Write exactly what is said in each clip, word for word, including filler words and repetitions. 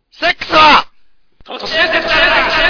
セックスは都市伝説だ。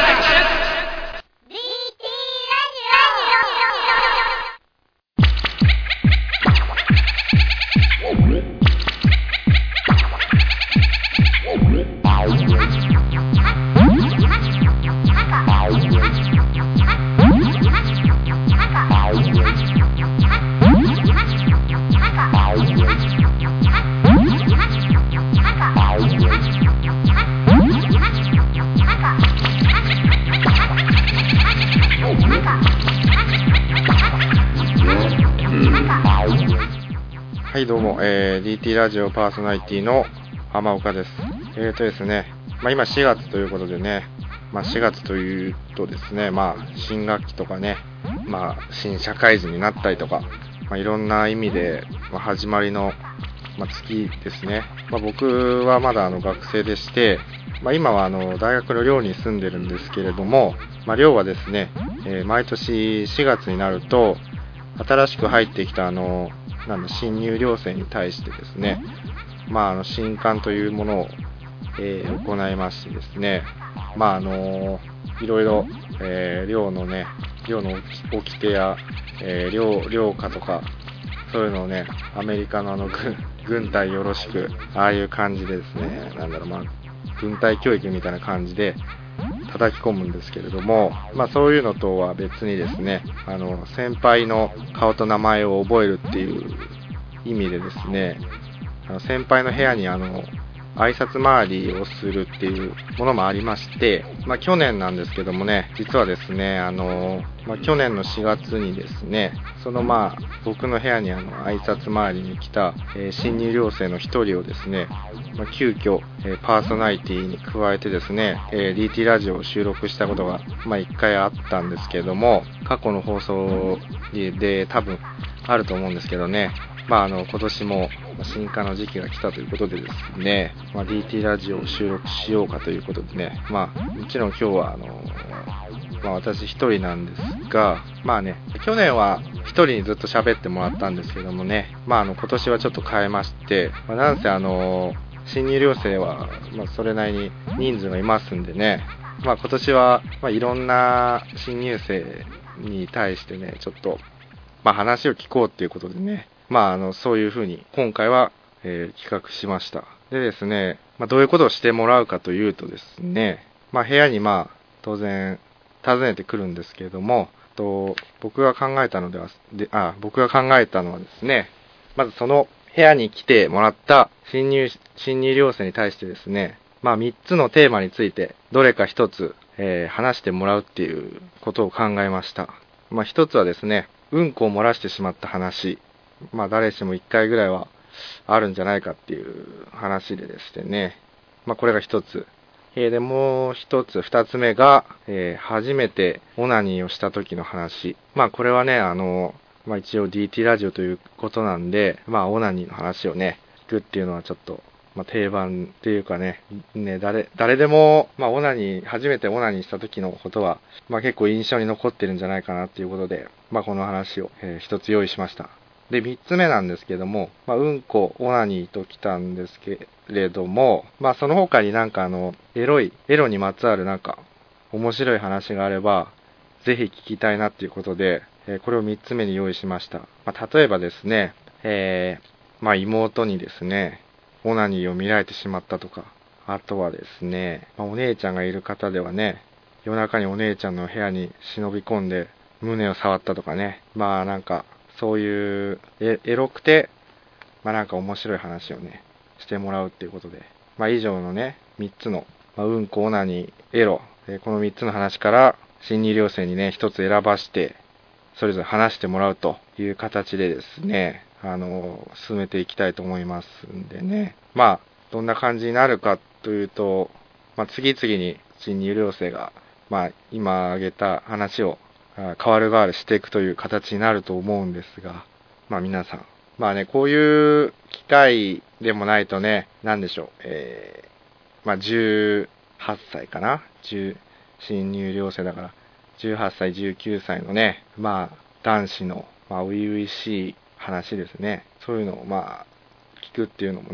はいどうも、えー、ディーティー ラジオパーソナリティの浜岡です。えーとですね、まあ、今しがつということでね、まあ、しがつというとですね、まあ、新学期とかね、まあ、新社会人になったりとか、まあ、いろんな意味で、まあ、始まりの、まあ、月ですね。まあ、僕はまだあの学生でして、まあ、今はあの大学の寮に住んでるんですけれども、まあ、寮はですね、えー、毎年しがつになると新しく入ってきたあのなんだ新入寮生に対してですね、まあ、あの新歓というものを、えー、行いましてですね、まああのいろいろ、えー、寮のね寮の掟や、えー、寮寮歌とかそういうのをねアメリカのあの軍軍隊よろしくああいう感じでですね、なんだろう、まあ軍隊教育みたいな感じで叩き込むんですけれども、まあそういうのとは別にですね、あの先輩の顔と名前を覚えるっていう意味でですね、あの先輩の部屋にあの挨拶回りをするっていうものもありまして、まあ去年なんですけどもね、実はですね、あの、まあ、去年のしがつにですね、そのまあ僕の部屋にあの挨拶回りに来た、えー、新入寮生の一人をですね、まあ、急遽、えー、パーソナリティに加えてですね、えー、ディーティー ラジオを収録したことがまあ一回あったんですけども、過去の放送で多分あると思うんですけどね、まあ、あの今年も新刊の時期が来たということでですね、まあ、ディーティー ラジオを収録しようかということでね、まあ、もちろん今日はあの、まあ、私一人なんですが、まあね、去年は一人にずっと喋ってもらったんですけどもね、まあ、あの今年はちょっと変えまして、まあ、なんせあの新入寮生は、まあ、それなりに人数がいますんでね、まあ、今年は、まあ、いろんな新入生に対してね、ちょっと、まあ、話を聞こうっていうことでね、まあ、あのそういうふうに今回は、えー、企画しました。でですね、まあ、どういうことをしてもらうかというとですね、まあ、部屋にまあ当然訪ねてくるんですけれども、と僕が考えたのではであ僕が考えたのはですね、まずその部屋に来てもらった新入新入寮生に対してですね、まあ、みっつのテーマについてどれかひとつ、えー、話してもらうっていうことを考えました。まあ、ひとつはですね、うんこを漏らしてしまった話。まあ誰しもいっかいぐらいはあるんじゃないかっていう話でですね、まあこれが一つ。えー、でもう一つ、二つ目が、えー、初めてオナニーをした時の話。まあこれはね、あの、まあ一応 ディーティー ラジオということなんで、まあオナニーの話をね、聞くっていうのはちょっと、まあ定番っていうかね、ね、誰、誰でも、まあオナニー、初めてオナニーした時のことは、まあ結構印象に残ってるんじゃないかなっていうことで、まあこの話を、えー、一つ用意しました。で、三つ目なんですけども、まあ、うんこ、オナニーと来たんですけれども、まあ、その他になんかあの、エロい、エロにまつわるなんか、面白い話があれば、ぜひ聞きたいなっていうことで、えー、これを三つ目に用意しました。まあ、例えばですね、えー、まあ、妹にですね、オナニーを見られてしまったとか、あとはですね、まあ、お姉ちゃんがいる方ではね、夜中にお姉ちゃんの部屋に忍び込んで、胸を触ったとかね、まあなんか、そういうエエロくて、まあなんか面白い話をね、してもらうっていうことで、まあ以上のね、みっつの、まあ、うんこ、オナニー、エロ、えー、このみっつの話から、新入寮生にね、ひとつ選ばして、それぞれ話してもらうという形でですね、あの、進めていきたいと思いますんでね。まあ、どんな感じになるかというと、まあ次々に新入寮生が、まあ今挙げた話を、変わる変わるしていくという形になると思うんですが、まあ皆さん、まあね、こういう機会でもないとね、なんでしょう、えー、まあじゅうはっさいかな、新入寮生だから、じゅうはっさい、じゅうきゅうさいのね、まあ男子の、まあ初々しい話ですね、そういうのをまあ聞くっていうのもね、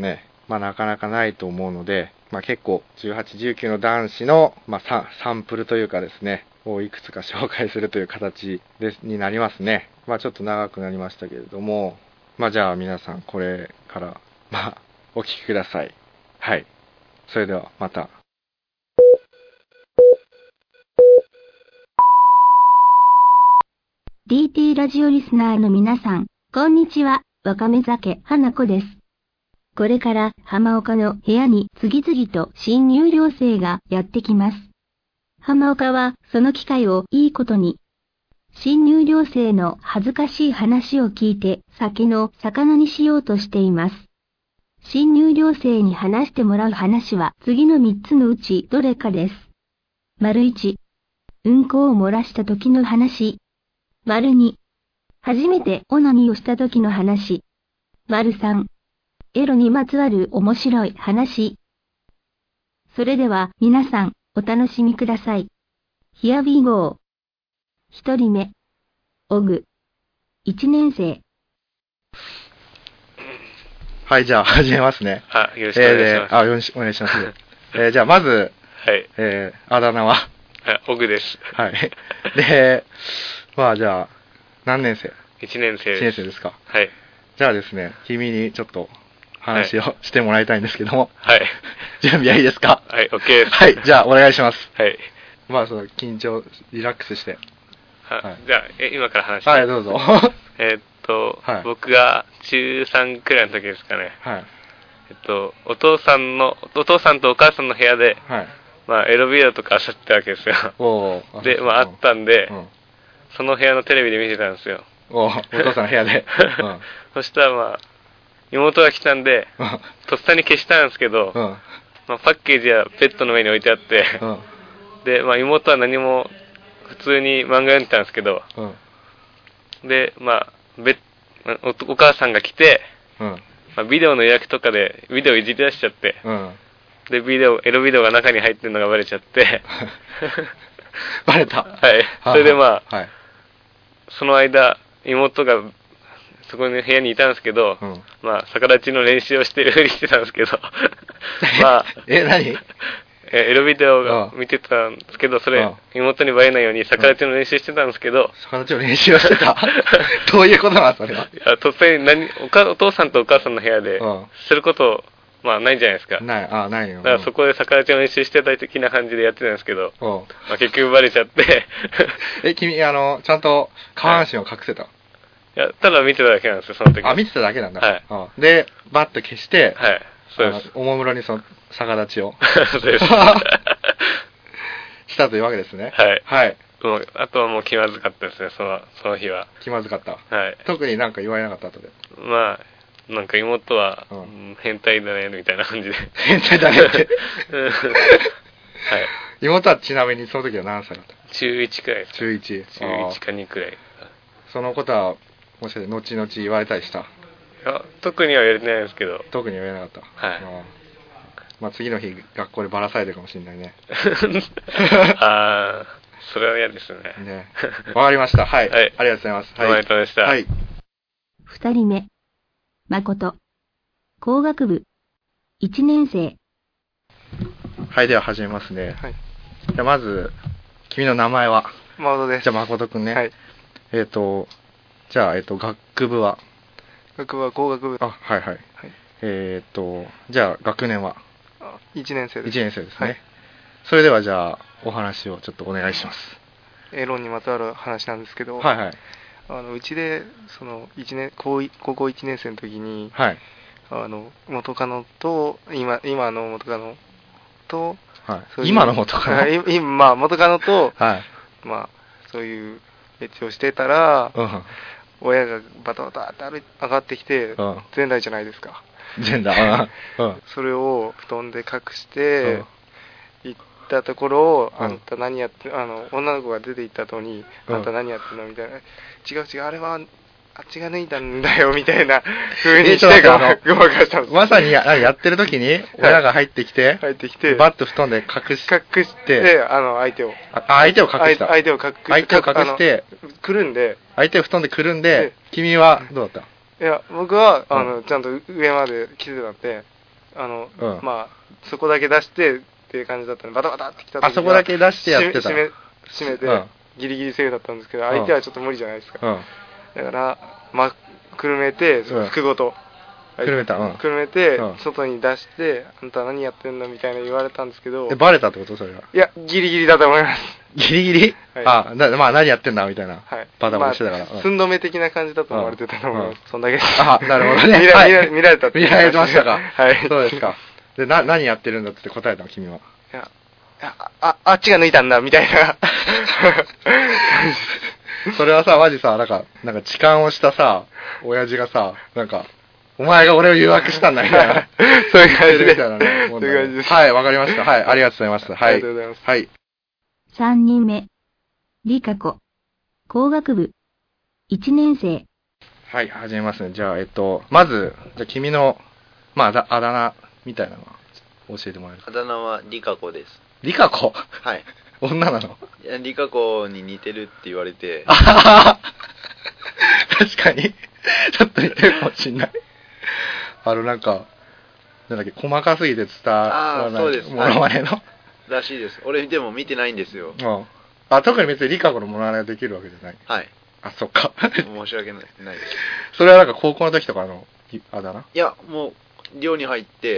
まあ、なかなかないと思うので、まあ、結構じゅうはち、じゅうきゅうの男子の、まあ、サ, サンプルというかですね、をいくつか紹介するという形でになりますね。まあ、ちょっと長くなりましたけれども、まあ、じゃあ皆さんこれから、まあ、お聞きください。はい。それではまた。 ディーティー ラジオリスナーの皆さん、こんにちは。わかめ酒花子です。これから浜岡の部屋に次々と新入寮生がやってきます。浜岡はその機会をいいことに、新入寮生の恥ずかしい話を聞いて酒の魚にしようとしています。新入寮生に話してもらう話は次のみっつのうちどれかです。丸いち、うんこを漏らした時の話。丸に、初めてオナニーをした時の話。丸さん、エロにまつわる面白い話。それでは皆さんお楽しみください。Here we go。一人目、オグ、一年生。 はい、じゃあ始めますね。 あ、よろしくお願いします。 えー、あ、よろしくお願いします。えー、じゃあまず、 はい。 えー、あだ名はあ、オグです。 はい。で、まあじゃあ、何年生？ 一年生です。 一年生ですか。 はい。 じゃあですね、君にちょっと話をしてもらいたいんですけども。 はい。 準備はいいですか？ はい、OK です。 はい、じゃあお願いします。 はい。 まあその緊張、リラックスして。 ははい、 じゃあ、え、今から話して。 はい、どうぞ。 えっと、 はい、 僕が中さんくらいの時ですかね。 はい。 えっと、お父さんの、お父さんとお母さんの部屋で、はい。まあ、エロビデオとか漁ってたわけですよ。おで、まあ、あったんで、うん、その部屋のテレビで見てたんですよ。 おお父さんの部屋で。 うん、そしたらまあ、妹が来たんで、とっさに消したんですけど、うん、まあ、パッケージはベッドの上に置いてあって、うん、で、まあ、妹は何も普通に漫画読んでたんですけど、うん、で、まあ、ベお、お母さんが来て、うん、まあ、ビデオの予約とかでビデオいじり出しちゃって、うん、で、ビデオ、エロビデオが中に入ってるのがバレちゃって、 バレた。 はい。それでまあ、はい、その間、妹がそこの部屋にいたんですけど、うん、まあ、逆立ちの練習をしてるふりしてたんですけど、まあ、 え、何エロビデオが見てたんですけど、それ、妹にバレないように逆立ちの練習してたんですけど、 逆立ちの練習をしてたどういうことなんそれは。 いや、突然何おか、お父さんとお母さんの部屋で、すること、まあ、ないじゃないですか。 ない、あ、ないよ。 だからそこで逆立ちの練習してた的な感じでやってたんですけど、まあ、結局バレちゃって。 え、君、あの、ちゃんと下半身を隠せた、はい、 いや、ただ見てただけなんですよ、その時。 あ、見てただけなんだ。 はい。 で、バッと消して、 はい。そうです。 おもむろにその逆立ちを。 そうです。 したというわけですね。 はい。 はい。 もうあとはもう気まずかったですね、その、その日は。 気まずかった。 はい。 特になんか言われなかった後で。 まあ、なんか妹は、うん、変態だね、みたいな感じで。 変態だねって。はい。妹はちなみにその時は何歳だった？ 中いちくらいです。 中いち。 中いちかにくらい。 そのことは、もしかして後々言われたりした？ いや、特には言われてないですけど。 特には言われなかった。 はい。 まあ、次の日、学校でバラされてるかもしれないね。 ああ、それは嫌ですね。 ね。わかりました。はい。はい、ありがとうございます。 はい。おめでとうでした。 はい。 二人目、誠。工学部。一年生。 はい、では始めますね。はい。じゃあまず、君の名前は？ 誠です。 じゃあ誠くんね。はい。えっ、ー、と、じゃあ、えっ、ー、と、学部は？ 学部は工学部。 あ、はいはい。はい、えっ、ー、と、じゃあ学年は？ いちねん生です。 いちねん生ですね。はい、それではじゃあ、お話をちょっとお願いします。 エロにまつわる話なんですけど、 はいはい。 あのうちで、その、一年、高校いちねん生の時に、はい。あの、元カノと、今、今の元カノと、 はい。今の元カノ今、まあ、元カノと、はい。まあ、そういうエッチをしてたら、うん、親がバタバタって歩い上がってきて、うん、前代じゃないですか。 前代、うん、 それを布団で隠して、うん、行ったところを、うん、あんた何やって、あの、女の子が出て行った後に、うん、あんた何やってんのみたいな、違う違う、あれは、あっちが抜いたんだよ、みたいな風にしてごまかしたんです。 まさに や, やってる時に、親が入ってきて、 入ってきて、 バッと布団で隠し隠して、あの、相手を。 あ、相手を隠した。 相手を隠して、 相手を隠して、 くるんで、 相手を布団でくるんで、君はどうだった？ いや、僕は、あの、うん、ちゃんと上まで来てたんで、 あの、 うん、 まあそこだけ出してっていう感じだったんでバタバタってきた時にあそこだけ出してやってた締め締めて、うん、ギリギリセーフだったんですけど相手はちょっと無理じゃないですか、うん、だからまあくるめて服ごと、 うん、くるめた、うん、 くるめて、うん、外に出してあんた何やってんのみたいな言われたんですけどえバレたってことそれは。 いやギリギリだと思います。 ギリギリ、はい、あなまあ何やってんだみたいな、 はい、 バタバタしてたから、 まあ、寸止め的な感じだと思われてたと思います、うん、そんだけあなるほどね見ら、はい、見られたって見られてましたかはいそうですか。でな何やってるんだって答えたの君は。 いやあああっちが抜いたんだみたいなそれはさマジさなんかなんか痴漢をしたさ親父がさなんかお前が俺を誘惑したんだみたいなそういう感じでみたいなねそういう感じです。はいわかりました。はいありがとうございました。はいありがとうございます。 はいさんにんめ理香子工学部いちねん生。 はい始めますね。じゃあえっとまずじゃあ君のまああだ名みたいなのは教えてもらえる。 あだ名は理香子です。 理香子はい女なの。 いや理香子に似てるって言われてあはは確かにちょっと似てるかもしんないあのなんかなんだっけ細かすぎて伝わらないモノマネの、はい、 らしいです。俺でも見てないんですよ。 うん、あ特に別に理香子のモノマネができるわけじゃない。 はいあそっか申し訳ないないです。 それはなんか高校の時とかのあだ名。 いやもう寮に入って、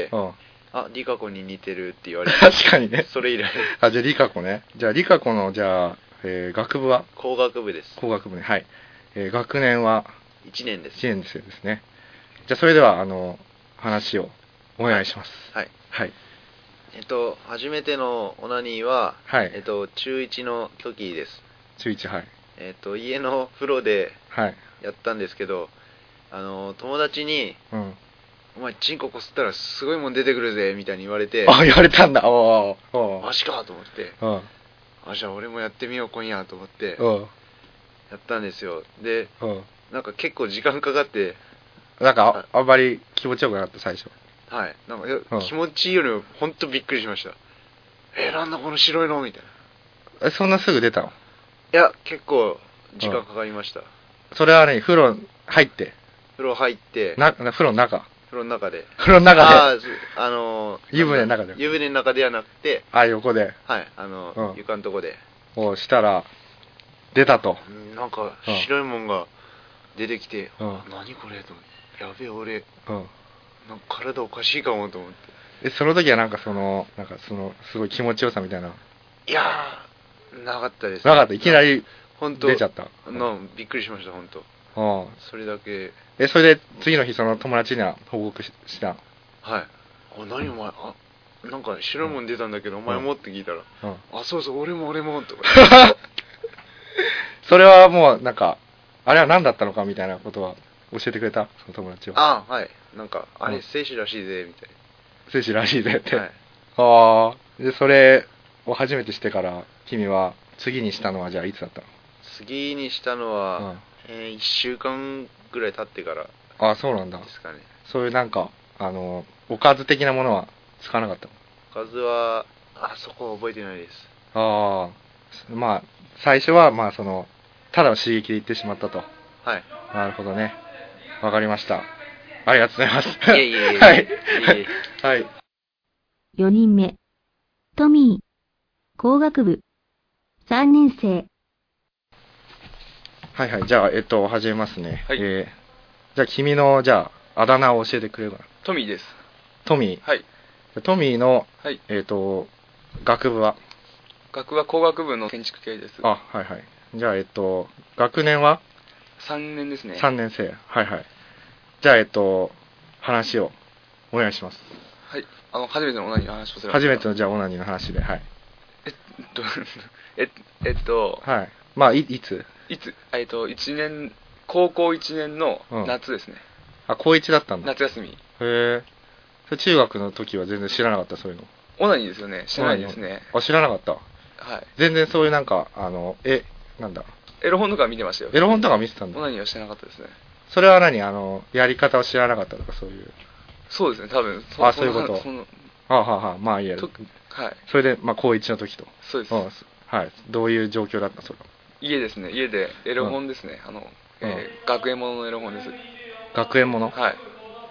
うん、 あ理香子に似てるって言われて確かにねそれ以来あじゃあ理香子ね。じゃあ理香子のじゃあ、えー、学部は工学部です。 工学部ねはい、えー、学年はいちねんです。 いちねん生ですね。じゃあそれではあの話をお願いします。 はいはいえっと初めてのオナニーは、 はいえっと中いちの時です。 中いちはいえっと家の風呂ではいやったんですけど、あの友達に、 うんお前チンコこすったらすごいもん出てくるぜみたいに言われて、 あ言われたんだ。おーおーマジかと思って、 うんあじゃあ俺もやってみよう今夜と思ってうんやったんですよ。でうんなんか結構時間かかってなんか あ, あんまり気持ちよくなかった最初。 はいなんか、 うん、 気持ちいいよりも本当びっくりしました。えー、なんだこの白いのみたいな。えそんなすぐ出たの。 いや結構時間かかりました、うん、 それはね風呂入って風呂入ってな風呂の中風呂の中で風呂の中でああのー、 湯船の中で湯船の中ではなくてあ横ではいあの、うん、床のとこでをしたら出たと。 なんか白いもんが出てきて、 うん、 何これと思ってやべえ俺、 うん、 なんか体おかしいかもと思って。 えその時はなんかそのなんかそのすごい気持ちよさみたいな。 いやーなかったです。 なかった。いきなり出ちゃった。 なびっくりしました本当。 ああそれだけ。 えそれで次の日その友達には報告 し, したはい。あ何お前あなんか白いもん出たんだけど、うん、お前もって聞いたら、うん、あそうそう俺も俺もとかそれはもうなんかあれは何だったのかみたいなことは教えてくれたその友達は。 ああはいなんかあれ精子らしいぜみたいな。 精子らしいぜって、はい、 ああでそれを初めてしてから君は次にしたのはじゃあいつだったの。 次にしたのは、うんえー、いっしゅうかんぐらい経ってからああそうなんだですかね。 そういうなんかあのおかず的なものはつかなかったの。 おかずはあそこは覚えてないです。 ああまあ最初はまあそのただの刺激でいってしまったと。 はいなるほどねわかりました。ありがとうございます。 いえいえいえはいはい。 よにんめトミー工学部さんねん生。 はいはいじゃあえっと始めますね。 はい、 えー、じゃあ君のじゃああだ名を教えてくれるかな。 トミーです。 トミーはいトミーの、 はい、 えっと学部は学部は工学部の建築系です。 あはいはいじゃあえっと学年はさんねんですね。 さんねん生はいはいじゃあえっと話をお願いします。 はいあの初めてのオナニーの話をする。 初めてのじゃあオナニーの話ではいえっとええっとはいまあ い, いついつえっといちねん高校いちねんの夏ですね、 うん、あ高いちだったんだ。 夏休み。 へえ中学の時は全然知らなかったそういうの。 オナニーですよね。知らないですね。 あ知らなかった。 はい全然そういうなんかあのえなんだエロ本とか見てましたよ。 エロ本とか見てたんだ。 オナニーはしてなかったですね。 それは何あのやり方を知らなかったとかそういう。 そうですね多分。 あそういうことそのあはあはあまあいいやはいそれでまあ高いちの時と。 そうです、 うん、はいどういう状況だったそれは。 家ですね家でエロ本ですね、うん、あの、えーうん、学園もののエロ本です。 学園ものはい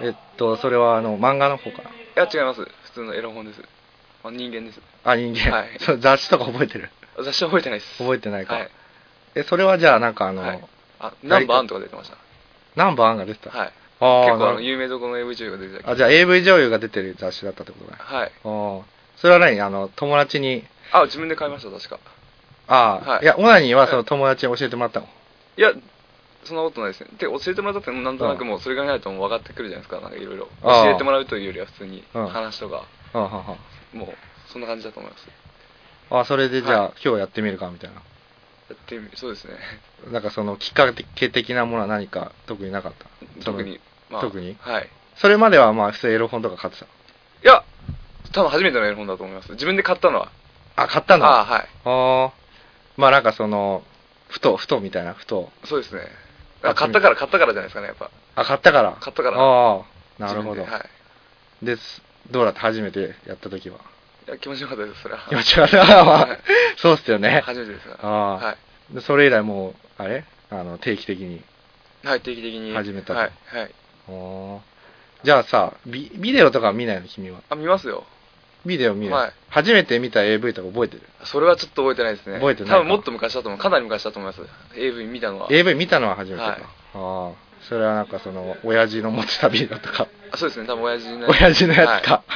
えっとそれはあの漫画の方かな。いや違います、普通のエロ本です。あ、人間です。 あ、人間、はい、そ雑誌とか覚えてる？ 雑誌は覚えてないです。 覚えてないか、 はい、 えそれはじゃあなんかあの、はい、 あナンバーアンとか出てました。 ナンバーアンが出てた、 はい、 あ結構あの有名どこの エーブイ 女優が出てた。 あ、じゃあ エーブイ 女優が出てる雑誌だったってことね。 はい。 あそれは何、あの友達に？ あ、自分で買いました、確か。 ああ、はい、いやオナニーはその友達に教えてもらったの？ いやそんなことないですね。で教えてもらったってなんとなくもうそれがないともう分かってくるじゃないですか。なんかいろいろ教えてもらうというよりは普通に話とか、うん、もうそんな感じだと思います。 あ、それでじゃあ、はい、今日やってみるかみたいな。 やってみそうですね。 なんかそのきっかけ的なものは何か特になかった？ 特に、 まあ、特に。 はい。 それまではまあ普通エロ本とか買ってた？ いや多分初めてのエロ本だと思います。自分で買ったのは。 あ、買ったの？ あ、はい。 ああ、まあなんかそのふとふとみたいなふと。 そうですね。あ、買ったから買ったからじゃないですかね、やっぱ。 あ、買ったから。 買ったから。 ああ、なるほど。 はい。 で、どうだった初めてやった時は？ いや気持ちよかったです、それは。 気持ちよかった。はい、そうっすよね。 初めてですが。 ああ、はい。でそれ以来もうあれあの定期的に。 はい、定期的に始めたと。 はいはい。 おじゃあさビ、ビデオとか見ないの君は？ あ、見ますよ。 ビデオ見る、 はい、 初めて見た エーブイ とか覚えてる？ それはちょっと覚えてないですね。 覚えてない。 多分もっと昔だと思う。かなり昔だと思います。エーブイ 見たのは。 エーブイ 見たのは初めてか。はい、ああ、それはなんかその親父の持ってたビデオとか。 あ、そうですね。多分親父のやつ。親父のやつか。はい、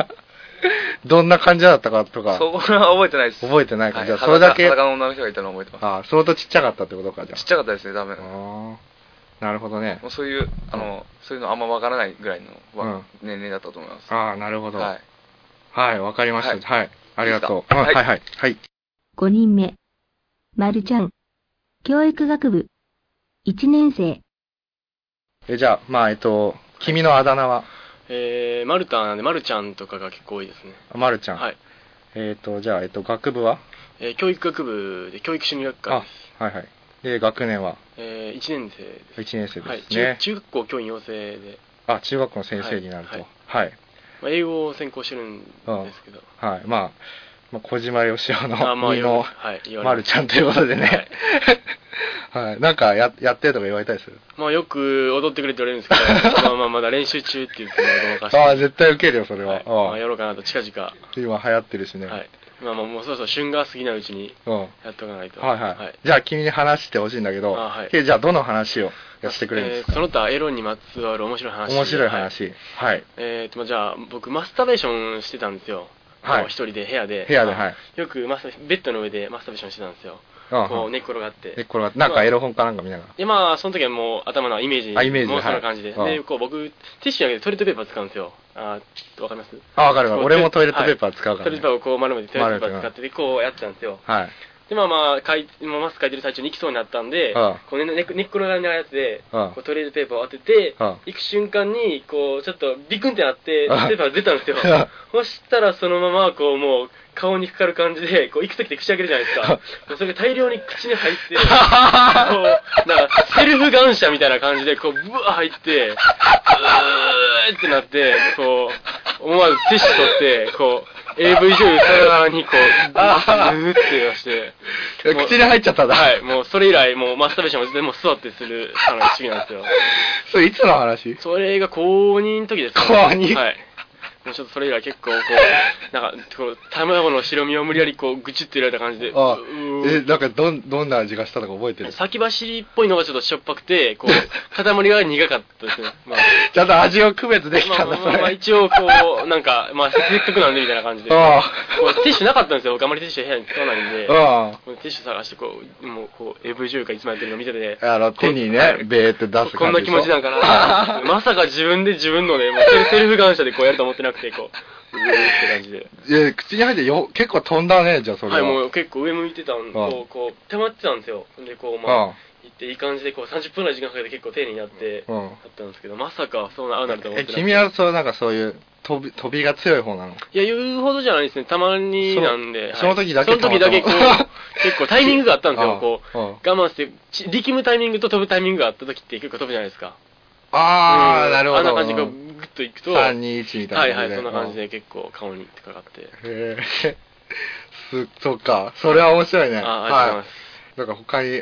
どんな感じだったかとか。 そこは覚えてないです。 覚えてないか。 はい、 じゃあそれだけ。 裸の女の人がいたのを覚えてます。 ああ、相当ちっちゃかったってことかじゃあ。 ちっちゃかったですね、多分。 ああ、なるほどね。 もうそういうあの、うん、そういうのあんまわからないぐらいの、うん、年齢だったと思います。 ああ、なるほど。 はい。 はい、わかりました。はい、はい、ありがとう。はい、はい、はい。はい、 ごにんめ、まるちゃん、教育学部、いちねん生。 え、じゃあ、まあ、えっと、君のあだ名は？ えー、まるたんなんで、まるちゃんとかが結構多いですね。 まるちゃん。 はい。 えっと、じゃあ、えっと、学部は？ えー、教育学部で、教育心理学科です。 あ、はいはい。で、学年は？ えー、いちねん生です。 いちねん生ですね。はい、 中, 中学校教員養成で。 あ、中学校の先生になると。はい。はい、 まあ、英語を専攻してるんですけど、 うん、はい、まあ、まあ、小島よしおの生の、 はい、まるちゃんということでね、はい、はい、なんか や, やってとか言われたりする？ まあよく踊ってくれって言われるんですけど、まあまあまだ練習中って言ってごまかして、 ああ絶対ウケるよそれは、はい、 あまあ、やろうかなと近々。 今流行ってるしね。 はい。まあまあもうそろそろ旬が過ぎないうちにやっとかないと。 うん、はい、はい、はい。じゃあ君に話してほしいんだけど、あ、はい、じゃあどの話をやってくれるんですか？ えー、その他エロにまつわる面白い話。 面白い話。はい。はい、 えーと、まあ、じゃあ僕マスターベーションしてたんですよ。はい。一人で部屋で。 部屋で、はい。 よくマスタベッドの上でマスターベーションしてたんですよ。ああこう寝っ転がって。 寝っ転がって。なんかエロ本かなんか見ながら。 で、まあ、その時はもう頭のイメージ。 あ、イメージ。 もうそんな感じで。はい、で、こう僕、ティッシュにあげてトイレットペーパー使うんですよ。あ、わかります？ あ、わかるわ。俺もトイレットペーパー使うから、ね。 はい、トイレットペーパーをこう丸めてトイレットペーパー使ってて、こうやってたんですよ。はい。で、まあまあ、かいもうマスク書いてる最中に行きそうになったんで、ああこう寝、寝っ転がりなやつで、ああこうトイレットペーパーを当てて、ああ行く瞬間に、こう、ちょっとビクンってなって、トイレットペーパー出たんですよ。そしたらそのまま、こう、もう、顔にかかる感じで、こう、行くときって口開けるじゃないですか。それが大量に口に入って、こう、なんか、セルフ感謝みたいな感じで、こう、ブワー入って、うーってなって、こう、思わずティッシュ取って、こう、エーブイ 女優さながらにこう、ブーって言わして、 口に入っちゃったんだ。 はい、もうそれ以来、もうマスターベーションも全部座ってする話好きなんですよ。 それいつの話？ それが高にの時ですね。 高に？ はい。もうちょっとそれ以来結構こう、なんか、こう、卵の白身を無理やりこう、ぐちって入れられた感じで。 ああえ、なんかどん、どんな味がしたのか覚えてる？ 先走りっぽいのがちょっとしょっぱくて、こう、塊が苦かったですね。まあ、 ちゃんと味を区別できたんだ、 まあ、まあ、まあ、一応こう、なんか、まあ、せっかくなんでみたいな感じで。 ああこうティッシュなかったんですよ。僕あまりティッシュ部屋に使わないんで。ああこうティッシュ探してこう、もうこう、エーブイ 女優がいつもやってるの見てて。 あの、手にね、ベーって出す感じ。 こんな気持ちなんかな。まさか自分で自分のね、もうセルフ感謝でこうやると思ってなくて、こう。って感じで。 いや、口に入ってよ、結構飛んだね、じゃあそれは。 はい、もう結構上向いてたんで、こう、こう、溜まってたんですよ。で、こう、まあ、ああ行っていい感じで、こう、さんじゅっぷんぐらい時間かけて結構丁寧にやって、うん、やったんですけど、まさかそうな、合うなると思ってなくて。 え、君はそう、なんかそういう、飛び、飛びが強い方なの？ いや、言うほどじゃないですね。たまになんで。 そ, はい、その時だけその時だけこう、結構タイミングがあったんですよ。こう、我慢して、力むタイミングと飛ぶタイミングがあった時って結構飛ぶじゃないですか。 ああ、うん、なるほど。 あんな感じでグッといくと。 さんにいちみたいな。 はいはい、そんな感じで結構顔にかかって。 へえ。す、そっか。それは面白いね。 あ、ありがとうございます。 なんか他に。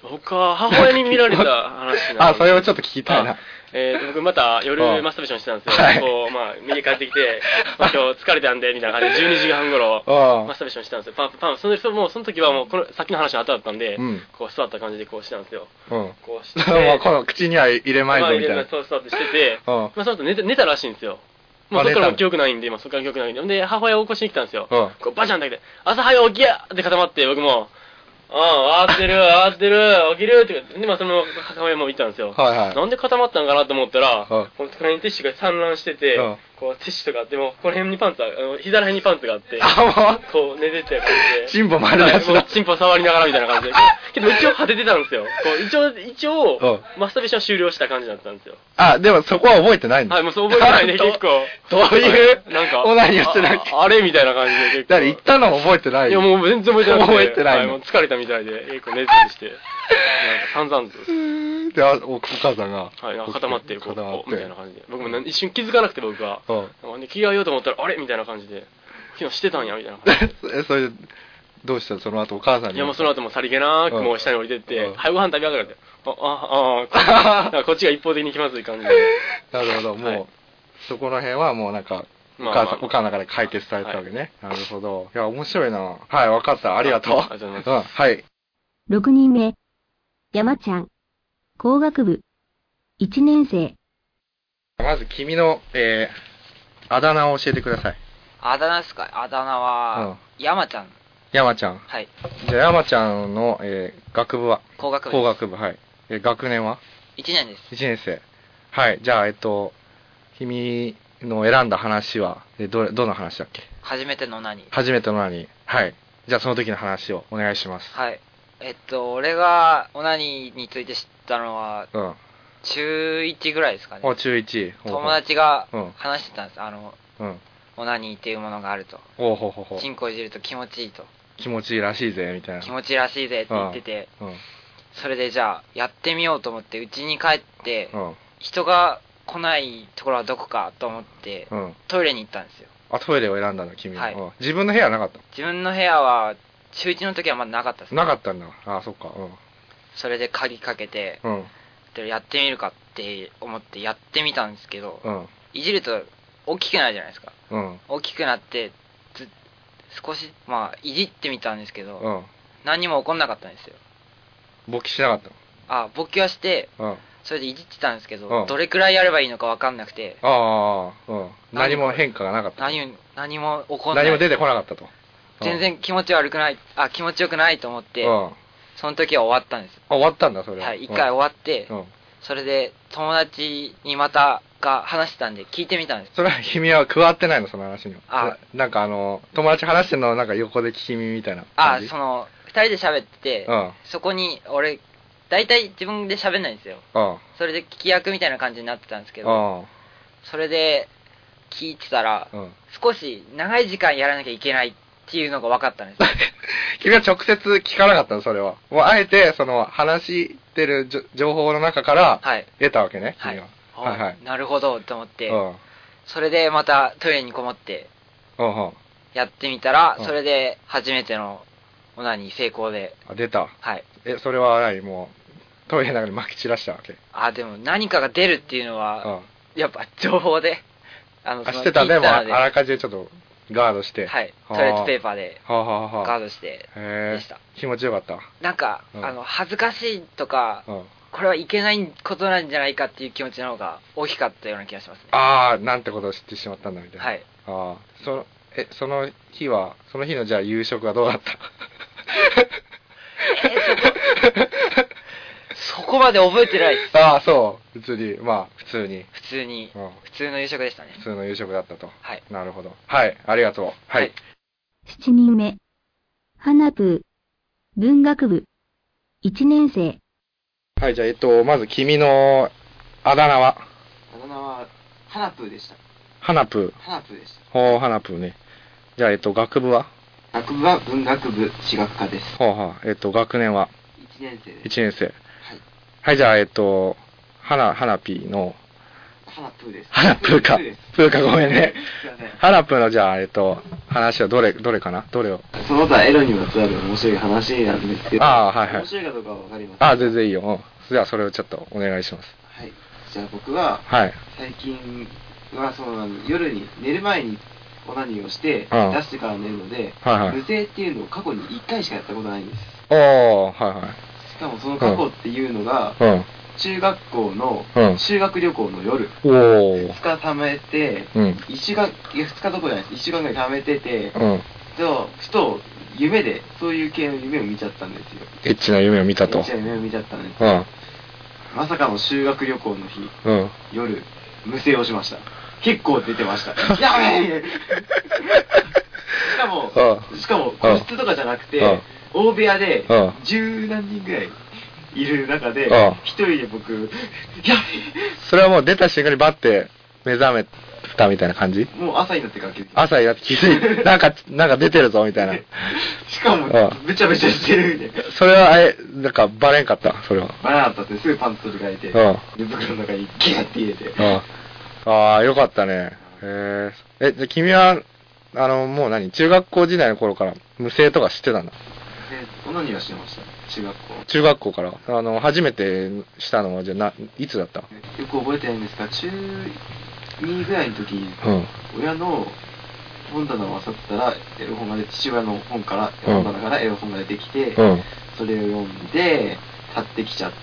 僕は母親に見られた話なあ、それをちょっと聞きたいな。 えー、僕また夜マスターベーションしてたんですよ。はい、こう、まあ、家帰ってきて、まあ、今日疲れたんで、みたいな感じでじゅうにじはん頃、マスターベーションしてたんですよ。パンパン、そのもうその時はもう、この、さっきの話の後だったんで、うん、こう座った感じでこうしてたんですよ。うん、こうして。まあ、この口には入れまいぞみたいな。そう座ってしてて、うん、まあ、その後寝た、寝たらしいんですよ。もうそっからも記憶ないんで、まあ、そっから記憶ないんで。で、母親を起こしに来たんですよ。うん、こうバチャンだけで、朝早起きやって固まって、僕も、ああ、合ってる、合ってる、起きるって言って、で、まあ、その母親も言ったんですよ。はいはい。なんで固まったんかなと思ったら、はい、この隣にティッシュが散乱してて、うん、こう、ティッシュとかあって、もう、この辺にパンツあの、膝ら辺にパンツがあって、こう、寝てて、感じで。チンポ丸出しだ。チンポ触りながらみたいな感じで。けど、一応果ててたんですよ。こう、一応、一応、うん、マスターベーション終了した感じだったんですよ。あ、でもそこは覚えてないんだ。はい、もうそう覚えてないね、結構。どういう、なんか、オナニーしてない。あれみたいな感じで結構。だから行ったのも覚えてない。いや、もう全然覚えてない。覚えてない。はい、もう疲れたみたいで、結構寝てたりして、なんか散々と。で、お母さんが。はい、なんか固まってる、こう、みたいな感じで。僕も一瞬気づかなくて、僕が。うん。着替えようと思ったら、あれみたいな感じで。昨日してたんや、みたいな感じで。え、それで、どうしたその後お母さんに。いや、もうその後もさりげなくもう下に降りてって、はい、ご飯食べやがるって。あ、あ、あ、あ、こっちが一方的に気まずい感じで。なるほど、もう、そこら辺はもうなんか、お母さん、お母さんの中で解決されたわけね。なるほど。いや、面白いな。はい、わかった。ありがとう。ありがとうございます。はい。 ろくにんめ、山ちゃん、工学部、いちねん生。 まず君の、えー、あだ名を教えてください。 あだ名ですか？あだ名は、うん、山ちゃん。 山ちゃん。 はい。 じゃあ山ちゃんの、えー、学部は？ 工学部。 工学部、はい。えー、学年は？ いちねんです。 いちねん生。はい。じゃあ、えっと、君の選んだ話は、えど、どの話だっけ？ 初めての何？ 初めての何？はい。じゃあ、その時の話をお願いします。 はい。えっと、俺がオナニーについて知ったのは、うん。中いちぐらいですかね。 お、中いち。 友達が話してたんです。あの、うん。オナニーっていうものがあると。おほほほ。チンコいじると気持ちいいと。 気持ちいいらしいぜ、みたいな。 気持ちいいらしいぜって言ってて、うん。うん、それでじゃあ、やってみようと思って、家に帰って、うん。人が来ないところはどこかと思って、うん。トイレに行ったんですよ。 あ、トイレを選んだんだ、君は。はい。自分の部屋はなかった？ 自分の部屋は、中いちの時はまだなかったです、 ね。なかったんだ。ああ、そっか。うん。 それで鍵かけて、うん。で、やってみるかって思ってやってみたんですけど、うん。いじると大きくなるじゃないですか。うん。大きくなって、ず少し、まあ、いじってみたんですけど、うん。何にも起こんなかったんですよ。 勃起しなかったの？ あ、勃起はして、うん。それでいじってたんですけど、うん、どれくらいやればいいのか分かんなくて。 ああ、うん。何も変化がなかった。 何、何も起こんない。 何も出てこなかったと。 全然気持ち悪くない、あ、気持ちよくないと思って、うん、その時は終わったんです。 あ、終わったんだ、それは。 はい、一回終わって、うん、それで友達にまたが話してたんで聞いてみたんです。 それは君は加わってないの、その話には。あ、なんかあの、友達話してるのをなんか横で聞き耳みたいな感じ。 あ、その、二人で喋ってて、うん、そこに俺、大体自分で喋んないんですよ。うん、それで聞き役みたいな感じになってたんですけど、うん、それで聞いてたら、うん、少し長い時間やらなきゃいけないっていうのが分かったんです。 君は直接聞かなかったの、それは。もうあえて、その、話してる情報の中から、得たわけね、はい、君は。 はいはい。なるほど、と思って、うん、それでまたトイレにこもって、やってみたら、うん、それで初めてのオナニー成功で。 あ、出た。 はい。 え、それは何もう、トイレの中に撒き散らしたわけ？ あ、でも何かが出るっていうのは、うん、やっぱ情報で、 あの、あ、してたね、もうあらかじめちょっと、ガードして。 はい。トイレットペーパーで、ガードして、でした。 気持ちよかった。 なんか、うん、あの、恥ずかしいとか、うん、これはいけないことなんじゃないかっていう気持ちの方が大きかったような気がしますね。 ああ、なんてことを知ってしまったんだみたいな。 はい。 ああ、その、え、その日は、その日のじゃあ夕食はどうだった？ え、そこ、そこまで覚えてないです。 ああ、そう。普通に、まあ、普通に。 普通に、うん。普通の夕食でしたね。 普通の夕食だったと。 はい。 なるほど。はい、ありがとう。はい。はい、 しちにんめ。花プー。文学部。いちねん生。 はい、じゃあ、えっと、まず君のあだ名は？ あだ名は、花プーでした。 花プー。 花プーでした。 ほう、花プーね。じゃあ、えっと、学部は？ 学部は文学部史学科です。 ほうはあ、えっと、学年は？ いちねん生です。 いちねん生。はい。はい、じゃあ、えっと、花、花ピーの、 花プーです。 花プーか。プーかごめんね。花プーのじゃあ、えっと、話はどれ、どれかなどれを。 その他エロにまつわる面白い話なんですけど。 ああ、はいはい。 面白いかどうかはわかります。 ああ、全然いいよ。うん。じゃあ、それをちょっとお願いします。 はい。じゃあ僕は、 はい。 最近は、その、夜に、寝る前にオナニーをして、うん、出してから寝るので、はいはい、無声っていうのを過去にいっかいしかやったことないんです。 ああ、はいはい。 しかもその過去っていうのが、うん、中学校の修学旅行の夜、 うん、 ふつか貯めて、うん、いっしゅうかん、いやふつかどころじゃないです、いっしゅうかんぐらい貯めてて、うん、でふと夢でそういう系の夢を見ちゃったんですよ。 エッチな夢を見たと。 エッチな夢を見ちゃったんですよ。うん、まさかの修学旅行の日、うん、夜無声をしました。結構出てました。やべえしかも、しかも個室とかじゃなくて、大部屋で十何人ぐらいいる中で、一人で僕、やべえそれはもう出た瞬間にバッて目覚めたみたいな感じ？ もう朝になってから気づいて。 朝になって気づいて、なんか、なんか出てるぞみたいな。 しかも、べちゃべちゃしてるみたいな。 それは、あれ、なんかバレんかったそれは。 バレなかったって、すぐパンツ取り替えて、寝袋の中にギャって入れて。 ああ、よかったね。へえ。え、じゃ君は、あの、もう何中学校時代の頃から無声とか知ってたんだ？ え、何はしてました中学校。 中学校から。あの、初めてしたのは、じゃあ、な、いつだった？よく覚えてないんですが、中にぐらいの時、うん、親の本棚を漁ったら、エロ本が出て、父親の本から、本棚からエロ本が出てきて、うん、それを読んで、買ってきちゃって、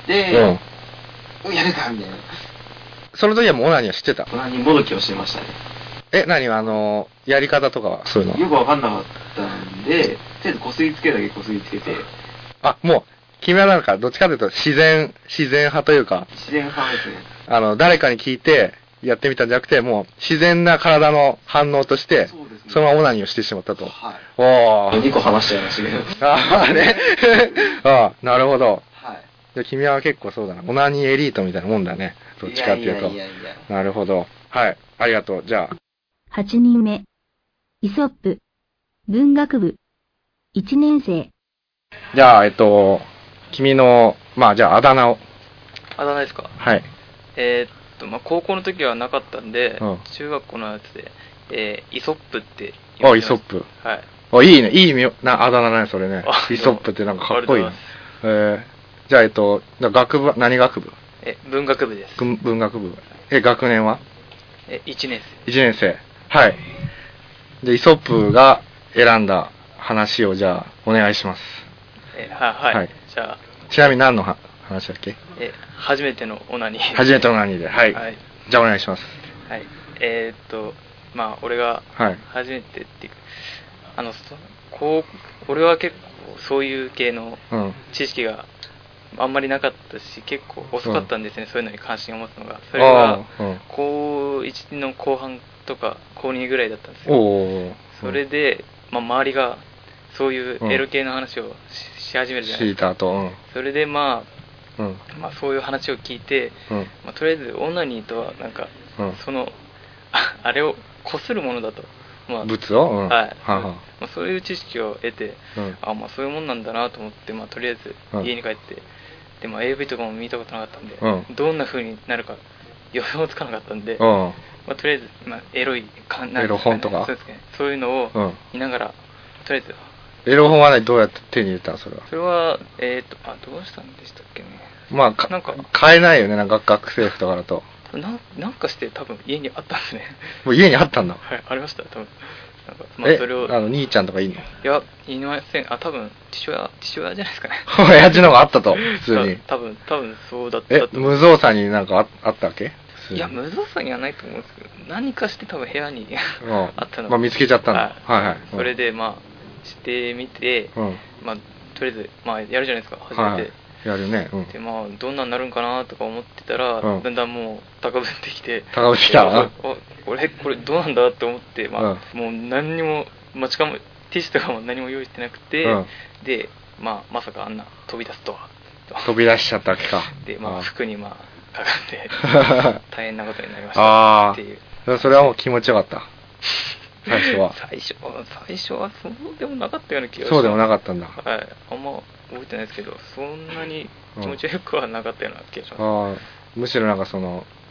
うん、やるかみたいな。 その時はもうオナニーは知ってた？ オナニーもどきをしてましたね。 え、何あの、やり方とかはそういうのよくわかんなかったんで、とりあえずこすりつけだけこすりつけて。 あ、もう、君はなんか、どっちかというと自然、自然派というか。 自然派ですね。 あの、誰かに聞いて、やってみたんじゃなくて、もう、自然な体の反応として、そうですね、そのままオナニーをしてしまったと。はい。おー。にこ話しちゃいましたけど。 ああね。ああ、なるほど。はい。じゃ君は結構そうだな。オナニーエリートみたいなもんだね。どっちかっていうと。いやいやいやいや。なるほど。はい。ありがとう。じゃあ。 はちにんめ。イソップ。文学部。いちねん生。 じゃあ、えっと、君の、まあじゃああだ名を。 あだ名ですか？はい。えー、っと、まあ高校の時はなかったんで、うん、中学校のやつで、えー、イソップって言われてます。あ、イソップ。はい。あ、いいね。いい意味な、あだ名ね、それね。イソップってなんかかっこいいね。えー、じゃあ、えっと、学部、何学部？ え、文学部です。 文学部。え、学年は？ え、いちねん生。いちねん生。はい。で、イソップが選んだ話をじゃあ、お願いします。 え、は、はい。はい、じゃあ。 ちなみに何の話だっけ？ え、初めてのオナニー。 初めてのオナニーで。はい。はい、じゃあお願いします。 はい。えー、っと、まあ、俺が、初めてっていうか、はい、あの、こう、俺は結構そういう系の知識があんまりなかったし、結構遅かったんですね、うん、そういうのに関心を持つのが。それが、うん、高いちの後半とか高にぐらいだったんですよ。それで、まあ、周りがそういうエロ系の話を し,、し始めるじゃないですか。 聞いた後、うん、 それでまあ、うんまあ、そういう話を聞いて、うんまあ、とりあえずオナニーとはなんか、うん、その あ, あれをこするものだと、まあ、 物を、うん、 はい、ははまあ、そういう知識を得て、うん、あまあそういうもんなんだなと思って、まあ、とりあえず家に帰って、うん、でも エーブイ とかも見たことなかったんで、うん、どんな風になるか予想つかなかったんで、うんまあ、とりあえず、まあ、エロいかんなんですか、ね、エロ本とかそうですね、そういうのを見ながら、とりあえずエロ本は、ね、どうやって手に入れたのそれは。 それは、えーと、あ、どうしたんでしたっけね。 まあ、なんか買えないよね、なんか学生服とかだと。 ななんかして多分家にあったんですね。 もう家にあったんだ。 はい、ありました、多分。 なんかまあ、それをあの兄ちゃんとかいいの？いや、いません。あ、多分父親、父親じゃないですかね。 親父のがあったと、普通に。 多分、多分そうだったと。 え、無造作になんか あ, あったわけ？ いや、無造作にはないと思うんですけど、何かして多分部屋にあったの。 まあ見つけちゃったんだ。はい、はい、はい。 それで、まあ、してみて、うん、まあ、とりあえず、まあ、やるじゃないですか、初めて。はいはいやるね、 うん、でまあどんなになるんかなとか思ってたら、うん、だんだんもう高ぶってきて高ぶってきたあ俺これどうなんだって思って、まあうん、もう何にも、まあ、しかもティッシュとかも何も用意してなくて、うん、で、まあ、まさかあんな飛び出すとは飛び出しちゃったわけかで、まあ、服にまあかかって大変なことになりましたっていうあそれはもう気持ちよかった最初は最初最初はそうでもなかったような気がそうでもなかったんだはいあんま覚えてないですけどそんなに気持ちよくはなかったような気がします、 うん、あむしろなんかその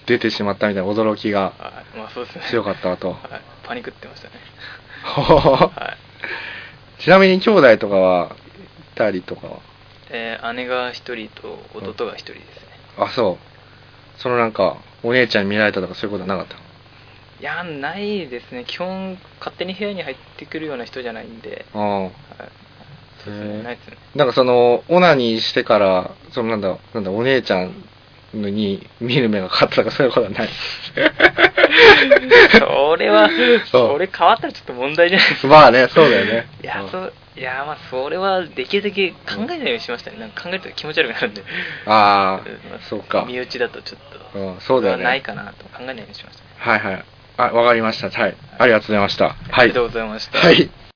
出てしまったみたいな驚きが強かったと、 はい、パニックってましたねはい、ちなみに兄弟とかはいたりとかは、 えー、姉が一人と弟が一人ですね、 うん、あ、そうそのなんかお姉ちゃんに見られたとかそういうことはなかった？ いや、ないですね。基本勝手に部屋に入ってくるような人じゃないんで。 ああ、はい、そうですね、ないですね。なんかそのオナニーしてからそのなんだなんだお姉ちゃんに見る目が変わったとかそういうことはない？ それはそれ変わったらちょっと問題じゃないですか。 まあね、そうだよね。 いや、そういやまあそれはできるだけ考えないようにしましたね。なんか考えると気持ち悪くなるんで。 ああ、まあ、そうか。 身内だとちょっと、 うん、そうだよね。 ないかなと考えないようにしました、ね。 はいはい。あ、わかりました。はい。ありがとうございました。はい。 ありがとうございました。 はい。